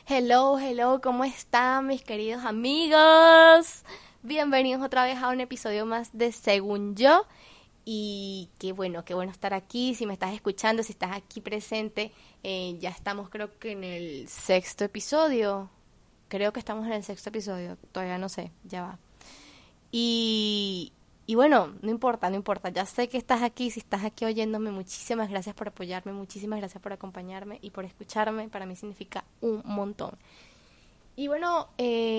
Hello, hello, ¿cómo están mis queridos amigos? Bienvenidos otra vez a un episodio más de Según Yo. Y qué bueno estar aquí. Si me estás escuchando, si estás aquí presente, ya estamos creo que en el sexto episodio. Creo que estamos en el sexto episodio, todavía no sé, ya va. Y, y bueno, no importa, no importa. Ya sé que estás aquí, si estás aquí oyéndome, muchísimas gracias por apoyarme, muchísimas gracias por acompañarme y por escucharme. Para mí significa un montón. Y bueno,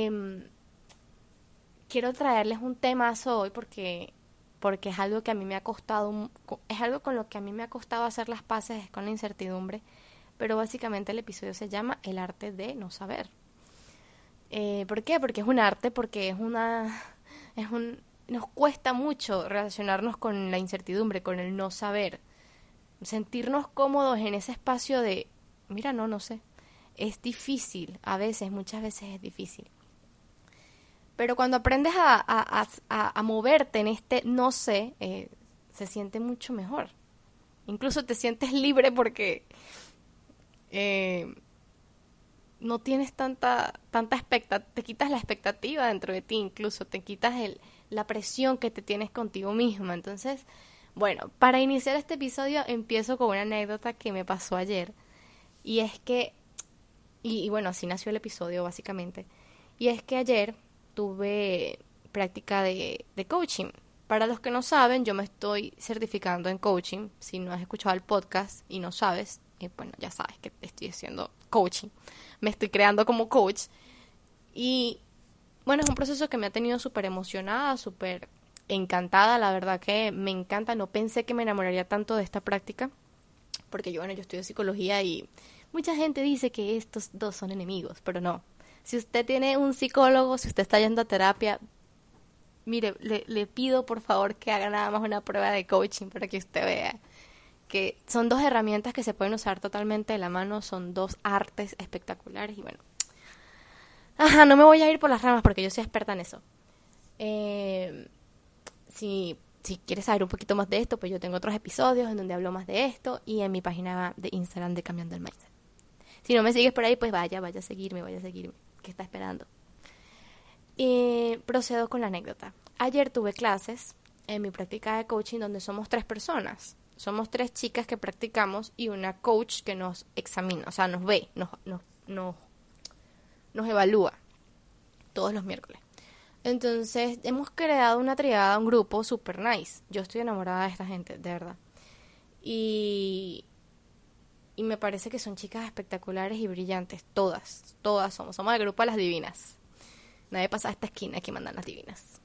quiero traerles un temazo hoy porque es algo que a mí me ha costado, es algo con lo que a mí me ha costado hacer las paces, es con la incertidumbre. Pero básicamente el episodio se llama El arte de no saber. ¿Por qué? Porque es un arte, porque es un, nos cuesta mucho relacionarnos con la incertidumbre, con el no saber, sentirnos cómodos en ese espacio de, mira, no sé. Es difícil, a veces, muchas veces es difícil. Pero cuando aprendes a moverte en este no sé, se siente mucho mejor. Incluso te sientes libre porque eh, no tienes tanta expectativa, te quitas la expectativa dentro de ti, incluso te quitas la presión que te tienes contigo misma. Entonces, bueno, para iniciar este episodio empiezo con una anécdota que me pasó ayer. Y es que, y bueno, así nació el episodio básicamente. Y es que ayer tuve práctica de coaching. Para los que no saben, yo me estoy certificando en coaching. Si no has escuchado el podcast y no sabes, bueno, ya sabes que estoy haciendo coaching. Me estoy creando como coach. Y bueno, es un proceso que me ha tenido súper emocionada, súper encantada. La verdad que me encanta. No pensé que me enamoraría tanto de esta práctica. Porque yo estudio psicología y mucha gente dice que estos dos son enemigos, pero no. Si usted tiene un psicólogo, si usted está yendo a terapia, mire, le pido por favor que haga nada más una prueba de coaching para que usted vea que son dos herramientas que se pueden usar totalmente de la mano, son dos artes espectaculares y bueno. Ajá, no me voy a ir por las ramas porque yo soy experta en eso. Eh, si quieres saber un poquito más de esto, pues yo tengo otros episodios en donde hablo más de esto y en mi página de Instagram de Cambiando el Mindset. Si no me sigues por ahí, pues vaya a seguirme, ¿Qué está esperando? Y procedo con la anécdota. Ayer tuve clases en mi práctica de coaching donde somos tres personas. Somos tres chicas que practicamos y una coach que nos examina, o sea, nos ve, nos evalúa todos los miércoles. Entonces, hemos creado una triada, un grupo super nice. Yo estoy enamorada de esta gente, de verdad. Y, y me parece que son chicas espectaculares y brillantes. Todas somos el grupo de las divinas. Nadie pasa a esta esquina que mandan las divinas.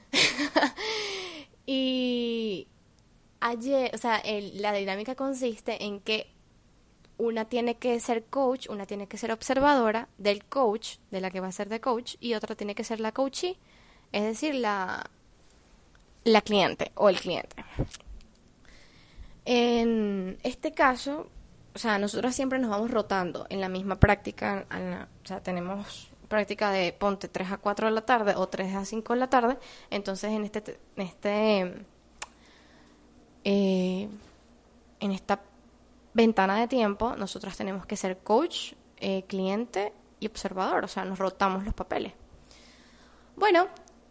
Y ayer, o sea, la dinámica consiste en que una tiene que ser coach, una tiene que ser observadora del coach, de la que va a ser de coach, y otra tiene que ser la coachee, es decir, la cliente o el cliente. En este caso, o sea, nosotros siempre nos vamos rotando en la misma práctica, o sea, tenemos práctica de ponte 3 a 4 de la tarde o 3 a 5 de la tarde, entonces en esta ventana de tiempo nosotros tenemos que ser coach, cliente y observador, o sea, nos rotamos los papeles. Bueno,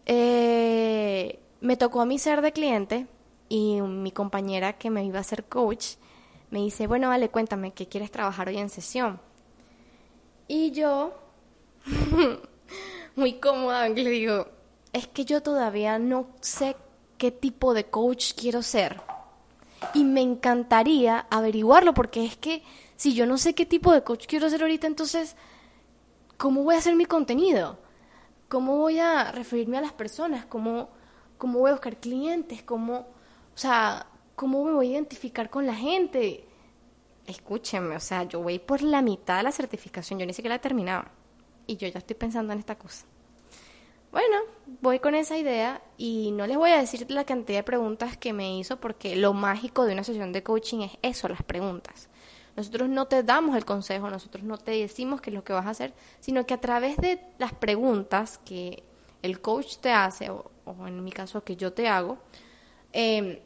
me tocó a mí ser de cliente y mi compañera que me iba a ser coach me dice, bueno, vale, cuéntame, ¿qué quieres trabajar hoy en sesión? Y yo, muy cómoda, le digo, es que yo todavía no sé qué tipo de coach quiero ser. Y me encantaría averiguarlo porque es que si yo no sé qué tipo de coach quiero ser ahorita, entonces, ¿cómo voy a hacer mi contenido? ¿Cómo voy a referirme a las personas? ¿Cómo voy a buscar clientes? O sea, ¿cómo me voy a identificar con la gente? Escúchenme, o sea, yo voy por la mitad de la certificación, yo ni siquiera la he terminado. Y yo ya estoy pensando en esta cosa. Bueno, voy con esa idea y no les voy a decir la cantidad de preguntas que me hizo porque lo mágico de una sesión de coaching es eso, las preguntas. Nosotros no te damos el consejo, nosotros no te decimos qué es lo que vas a hacer, sino que a través de las preguntas que el coach te hace, o en mi caso que yo te hago, eh,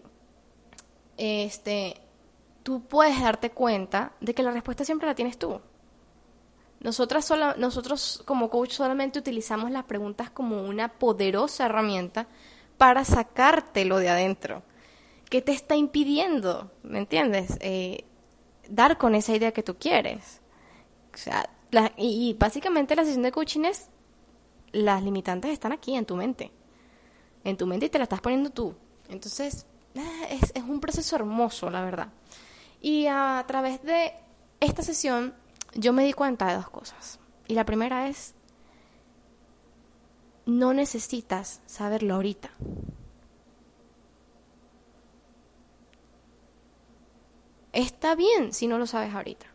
tú puedes darte cuenta de que la respuesta siempre la tienes tú. Nosotros como coach solamente utilizamos las preguntas como una poderosa herramienta para sacártelo de adentro. ¿Qué te está impidiendo? ¿Me entiendes? Dar con esa idea que tú quieres. O sea, y básicamente la sesión de coaching es, las limitantes están aquí en tu mente. En tu mente y te la estás poniendo tú. Entonces, es un proceso hermoso, la verdad. Y a través de esta sesión, yo me di cuenta de dos cosas. Y la primera es, no necesitas saberlo ahorita. Está bien si no lo sabes ahorita.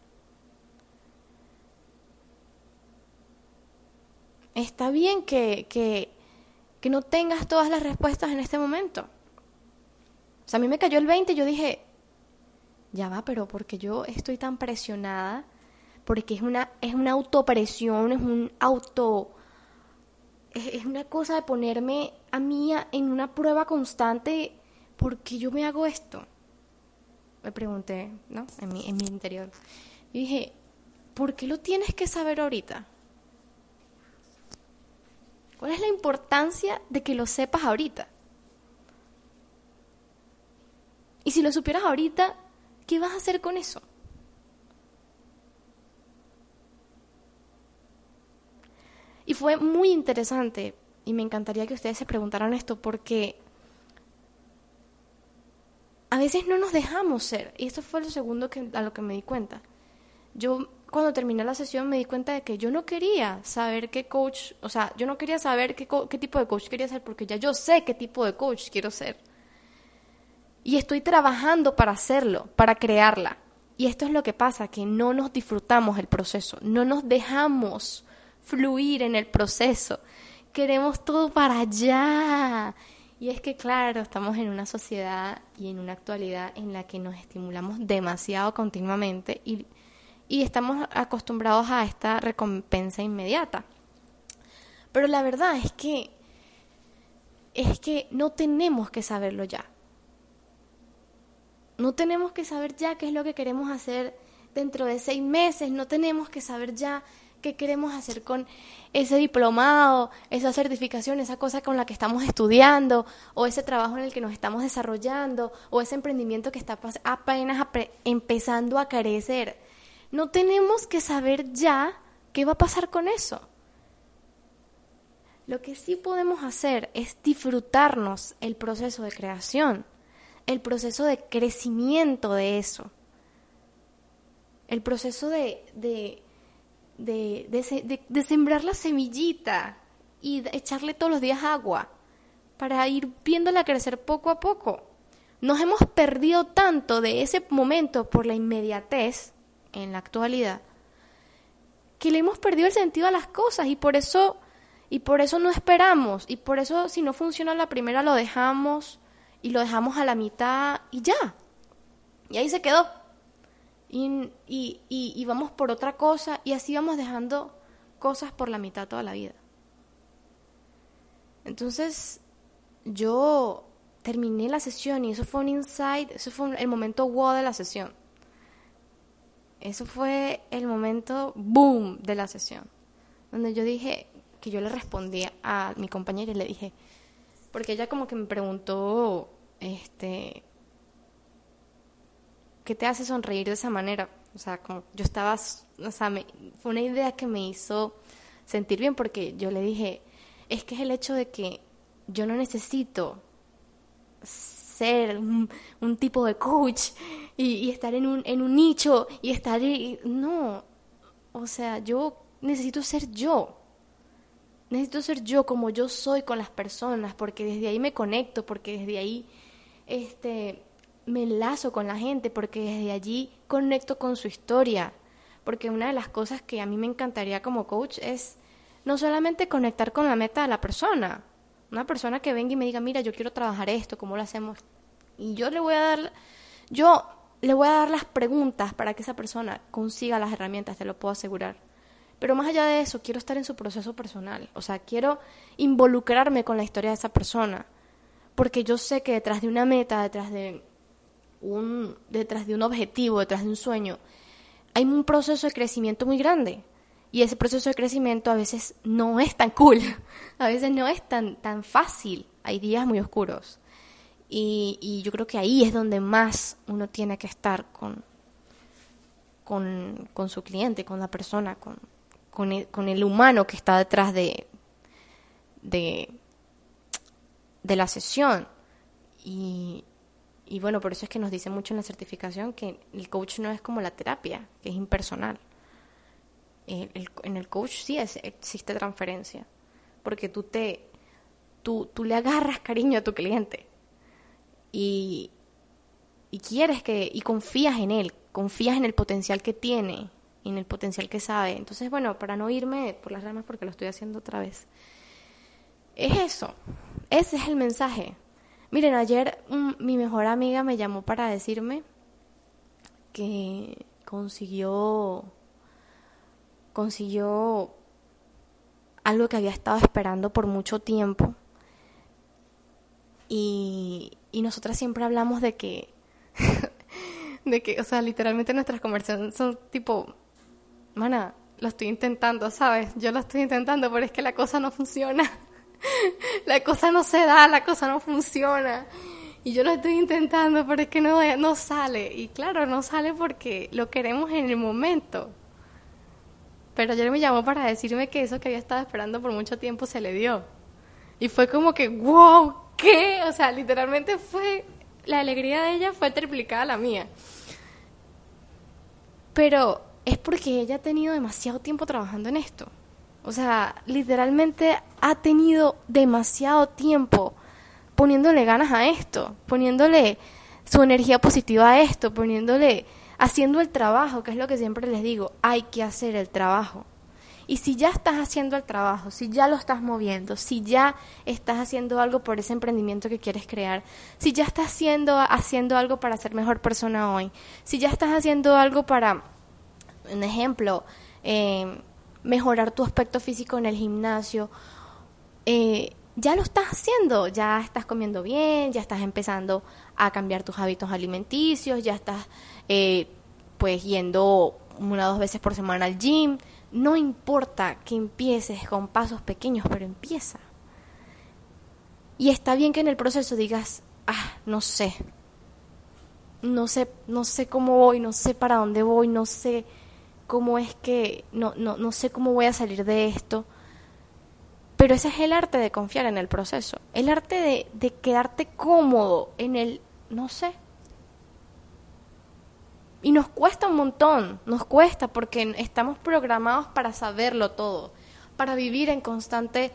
Está bien que no tengas todas las respuestas en este momento. O sea, a mí me cayó el 20 y yo dije, ya va, pero porque yo estoy tan presionada, porque es una autopresión, es una cosa de ponerme a mí en una prueba constante, porque yo me hago esto. Me pregunté, ¿no? En mi interior. Y dije, ¿por qué lo tienes que saber ahorita? ¿Cuál es la importancia de que lo sepas ahorita? Y si lo supieras ahorita, ¿qué vas a hacer con eso? Y fue muy interesante, y me encantaría que ustedes se preguntaran esto, porque a veces no nos dejamos ser. Y esto fue lo segundo a lo que me di cuenta. Yo, cuando terminé la sesión, me di cuenta de que yo no quería saber qué coach, o sea, yo no quería saber qué tipo de coach quería ser, porque ya yo sé qué tipo de coach quiero ser. Y estoy trabajando para hacerlo, para crearla. Y esto es lo que pasa, que no nos disfrutamos el proceso, no nos dejamos fluir en el proceso. Queremos todo para allá. Y es que, claro, estamos en una sociedad y en una actualidad en la que nos estimulamos demasiado continuamente y estamos acostumbrados a esta recompensa inmediata. Pero la verdad es que no tenemos que saberlo ya. No tenemos que saber ya qué es lo que queremos hacer dentro de 6 meses. No tenemos que saber ya qué queremos hacer con ese diplomado, esa certificación, esa cosa con la que estamos estudiando, o ese trabajo en el que nos estamos desarrollando, o ese emprendimiento que está apenas empezando a crecer. No tenemos que saber ya qué va a pasar con eso. Lo que sí podemos hacer es disfrutarnos el proceso de creación, el proceso de crecimiento de eso, el proceso de sembrar la semillita y de echarle todos los días agua para ir viéndola crecer poco a poco. Nos hemos perdido tanto de ese momento por la inmediatez en la actualidad que le hemos perdido el sentido a las cosas y por eso no esperamos, y por eso si no funciona la primera lo dejamos y lo dejamos a la mitad y ya, y ahí se quedó. Y vamos por otra cosa y así vamos dejando cosas por la mitad toda la vida. Entonces yo terminé la sesión y eso fue un insight, eso fue el momento wow de la sesión. Eso fue el momento boom de la sesión, donde yo dije, que yo le respondí a mi compañera y le dije, porque ella como que me preguntó, ¿qué te hace sonreír de esa manera? O sea, como yo estaba, fue una idea que me hizo sentir bien, porque yo le dije, es que es el hecho de que yo no necesito ser un tipo de coach y estar en un nicho y estar, no, o sea, yo necesito ser yo. Necesito ser yo como yo soy con las personas, porque desde ahí me conecto, porque desde ahí me enlazo con la gente, porque desde allí conecto con su historia. Porque una de las cosas que a mí me encantaría como coach es no solamente conectar con la meta de la persona. Una persona que venga y me diga, mira, yo quiero trabajar esto, ¿cómo lo hacemos? Y yo le voy a dar las preguntas para que esa persona consiga las herramientas, te lo puedo asegurar. Pero más allá de eso, quiero estar en su proceso personal. O sea, quiero involucrarme con la historia de esa persona. Porque yo sé que detrás de una meta, detrás de un objetivo, detrás de un sueño, hay un proceso de crecimiento muy grande. Y ese proceso de crecimiento a veces no es tan cool, a veces no es tan fácil, hay días muy oscuros. Y yo creo que ahí es donde más uno tiene que estar con su cliente, con la persona, con el humano que está detrás de la sesión. Y bueno, por eso es que nos dice mucho en la certificación que el coach no es como la terapia, que es impersonal. En el coach sí existe transferencia, porque tú le agarras cariño a tu cliente y quieres y confías en él, confías en el potencial que tiene, en el potencial que sabe. Entonces, bueno, para no irme por las ramas porque lo estoy haciendo otra vez, es eso, ese es el mensaje. Miren, ayer mi mejor amiga me llamó para decirme que consiguió algo que había estado esperando por mucho tiempo. Y nosotras siempre hablamos de que, o sea, literalmente nuestras conversaciones son tipo, mana, lo estoy intentando, ¿sabes? Yo lo estoy intentando, pero es que la cosa no funciona. La cosa no se da, la cosa no funciona. Y yo lo estoy intentando, pero es que no sale. Y claro, no sale porque lo queremos en el momento. Pero ayer me llamó para decirme que eso que había estado esperando por mucho tiempo se le dio. Y fue como que, wow, ¿qué? O sea, literalmente la alegría de ella fue triplicada a la mía. Pero es porque ella ha tenido demasiado tiempo trabajando en esto. O sea, literalmente ha tenido demasiado tiempo poniéndole ganas a esto, poniéndole su energía positiva a esto, haciendo el trabajo, que es lo que siempre les digo, hay que hacer el trabajo. Y si ya estás haciendo el trabajo, si ya lo estás moviendo, si ya estás haciendo algo por ese emprendimiento que quieres crear, si ya estás haciendo algo para ser mejor persona hoy, si ya estás haciendo algo para, un ejemplo, mejorar tu aspecto físico en el gimnasio, ya lo estás haciendo, ya estás comiendo bien, ya estás empezando a cambiar tus hábitos alimenticios, ya estás pues yendo 1 o 2 veces por semana al gym. No importa que empieces con pasos pequeños, pero empieza. Y está bien que en el proceso digas, no sé cómo voy, no sé para dónde voy, no sé cómo es que, no sé cómo voy a salir de esto. Pero ese es el arte de confiar en el proceso, el arte de quedarte cómodo en el no sé. Y nos cuesta un montón, nos cuesta porque estamos programados para saberlo todo, para vivir en constante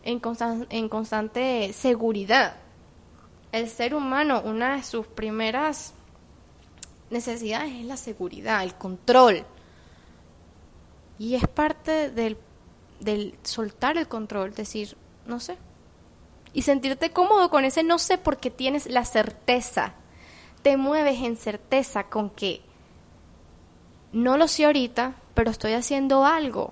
seguridad. El ser humano, una de sus primeras necesidades es la seguridad, el control. Y es parte del soltar el control, decir, no sé. Y sentirte cómodo con ese no sé porque tienes la certeza. Te mueves en certeza con que no lo sé ahorita, pero estoy haciendo algo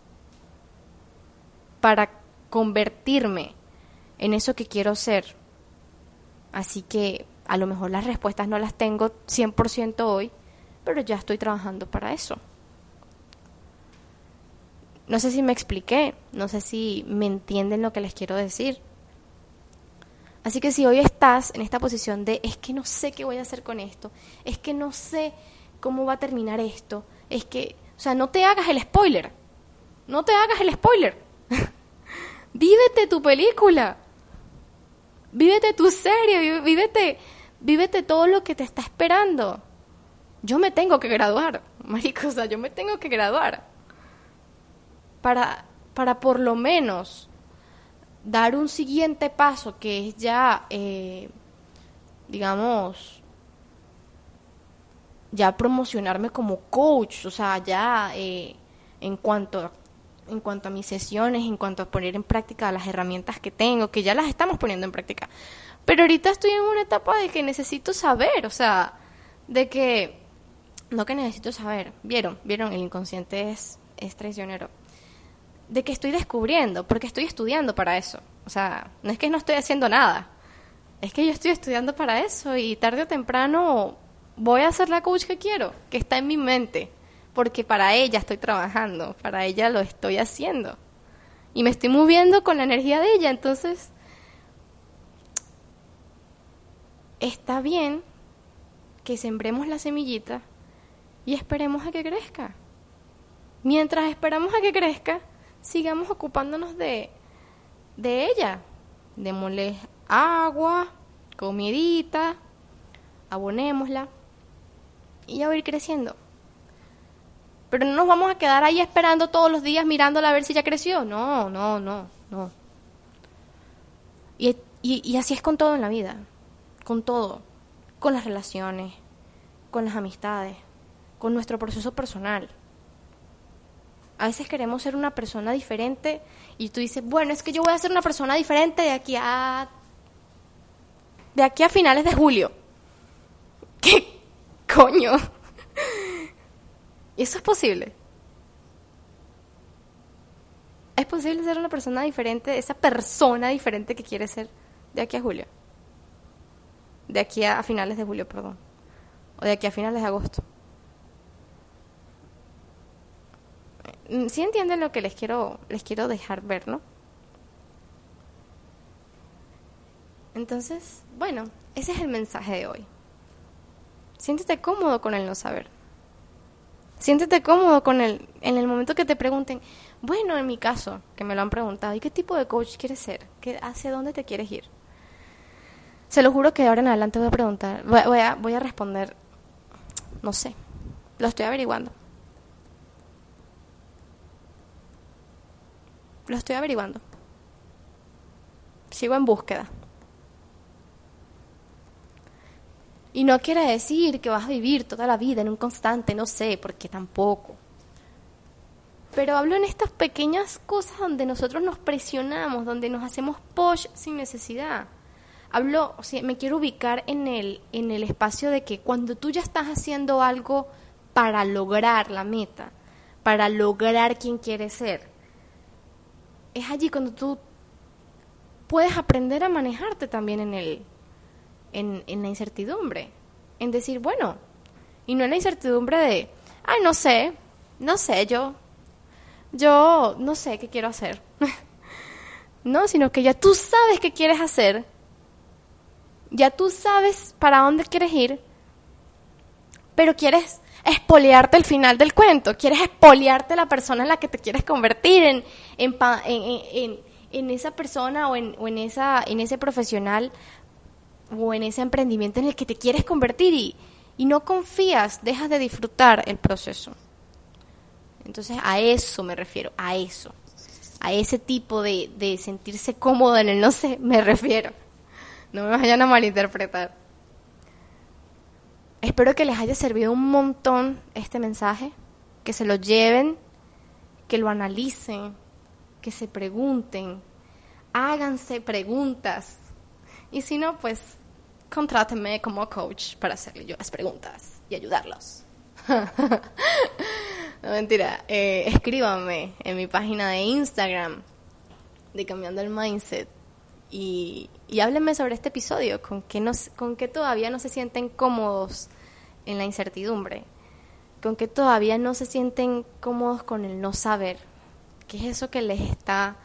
para convertirme en eso que quiero ser. Así que a lo mejor las respuestas no las tengo 100% hoy, pero ya estoy trabajando para eso. No sé si me expliqué, no sé si me entienden lo que les quiero decir. Así que si hoy estás en esta posición de es que no sé qué voy a hacer con esto, es que no sé cómo va a terminar esto, es que, o sea, no te hagas el spoiler, vívete tu película, vívete tu serie, vívete todo lo que te está esperando. Yo me tengo que graduar, marico, o sea, yo me tengo que graduar para por lo menos dar un siguiente paso que es ya, digamos, ya promocionarme como coach, o sea, ya en cuanto a mis sesiones, en cuanto a poner en práctica las herramientas que tengo, que ya las estamos poniendo en práctica. Pero ahorita estoy en una etapa de que necesito saber, o sea, de que, no que necesito saber, vieron, el inconsciente es traicionero, de que estoy descubriendo, porque estoy estudiando para eso, o sea, no es que no estoy haciendo nada, es que yo estoy estudiando para eso y tarde o temprano voy a ser la coach que quiero, que está en mi mente, porque para ella estoy trabajando, para ella lo estoy haciendo. Y me estoy moviendo con la energía de ella, entonces está bien que sembremos la semillita y esperemos a que crezca. Mientras esperamos a que crezca, sigamos ocupándonos de ella. Démosle agua, comidita, abonémosla y ya va a ir creciendo. Pero no nos vamos a quedar ahí esperando todos los días mirándola a ver si ya creció. No. Y así es con todo en la vida. Con todo. Con las relaciones, con las amistades, con nuestro proceso personal. A veces queremos ser una persona diferente y tú dices, bueno, es que yo voy a ser una persona diferente de aquí a finales de julio. ¿Qué coño? ¿Y eso es posible? ¿Es posible ser una persona diferente, esa persona diferente que quiere ser de aquí a julio? De aquí a finales de julio, perdón. O de aquí a finales de agosto. ¿Sí entienden lo que les quiero dejar ver, no? Entonces, bueno, ese es el mensaje de hoy. Siéntete cómodo con el no saber. Siéntete cómodo con en el momento que te pregunten, bueno, en mi caso, que me lo han preguntado, ¿y qué tipo de coach quieres ser? ¿Hacia dónde te quieres ir? Se lo juro que de ahora en adelante voy a preguntar, voy a responder, no sé, lo estoy averiguando. Lo estoy averiguando. Sigo en búsqueda. Y no quiere decir que vas a vivir toda la vida en un constante, no sé, porque tampoco. Pero hablo en estas pequeñas cosas donde nosotros nos presionamos, donde nos hacemos push sin necesidad. Hablo, o sea, me quiero ubicar en el espacio de que cuando tú ya estás haciendo algo para lograr la meta, para lograr quien quieres ser, es allí cuando tú puedes aprender a manejarte también en la incertidumbre, en decir, bueno, y no en la incertidumbre de, ay, no sé, yo no sé qué quiero hacer. No, sino que ya tú sabes qué quieres hacer, ya tú sabes para dónde quieres ir, pero quieres espolearte el final del cuento, quieres espolearte la persona en la que te quieres convertir, en esa persona o en ese profesional o en ese emprendimiento en el que te quieres convertir y no confías, dejas de disfrutar el proceso. Entonces a eso me refiero, a ese tipo de sentirse cómodo en el no sé, me refiero. No me vayan a malinterpretar. Espero que les haya servido un montón este mensaje, que se lo lleven, que lo analicen, que se pregunten, háganse preguntas. Y si no, pues contrátenme como coach para hacerle yo las preguntas y ayudarlos. No, mentira. Escríbanme en mi página de Instagram de Cambiando el Mindset y háblenme sobre este episodio, con que todavía no se sienten cómodos en la incertidumbre, con que todavía no se sienten cómodos con el no saber, qué es eso que les está,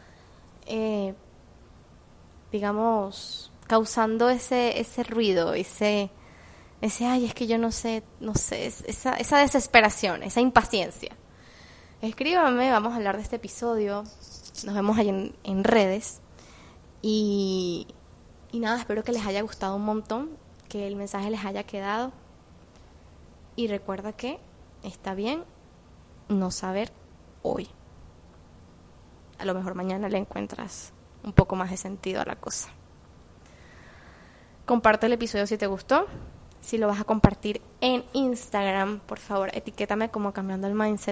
digamos, causando ese ruido, ese ay, es que yo no sé, esa desesperación, esa impaciencia. Escríbanme, vamos a hablar de este episodio, nos vemos ahí en redes y nada, espero que les haya gustado un montón, que el mensaje les haya quedado y recuerda que está bien no saber hoy. A lo mejor mañana le encuentras un poco más de sentido a la cosa. Comparte el episodio si te gustó. Si lo vas a compartir en Instagram, por favor, etiquétame como Cambiando el Mindset.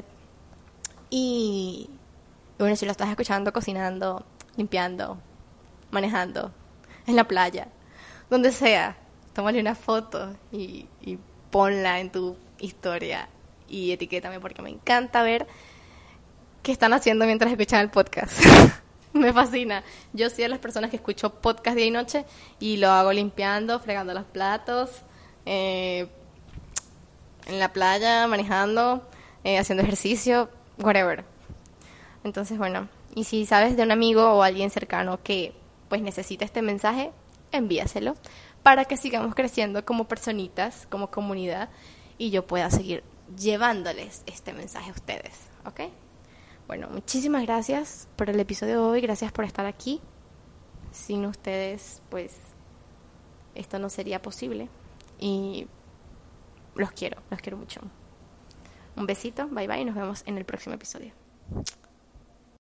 Y bueno, si lo estás escuchando cocinando, limpiando, manejando, en la playa, donde sea, tómale una foto y ponla en tu historia y etiquétame porque me encanta ver qué están haciendo mientras escuchan el podcast. Me fascina. Yo soy de las personas que escucho podcast día y noche y lo hago limpiando, fregando los platos, en la playa, manejando, haciendo ejercicio, whatever. Entonces, bueno, y si sabes de un amigo o alguien cercano que pues necesita este mensaje, envíaselo para que sigamos creciendo como personitas, como comunidad, y yo pueda seguir llevándoles este mensaje a ustedes, ¿ok? Bueno, muchísimas gracias por el episodio de hoy, gracias por estar aquí. Sin ustedes, pues, esto no sería posible. Y los quiero mucho. Un besito, bye bye, y nos vemos en el próximo episodio.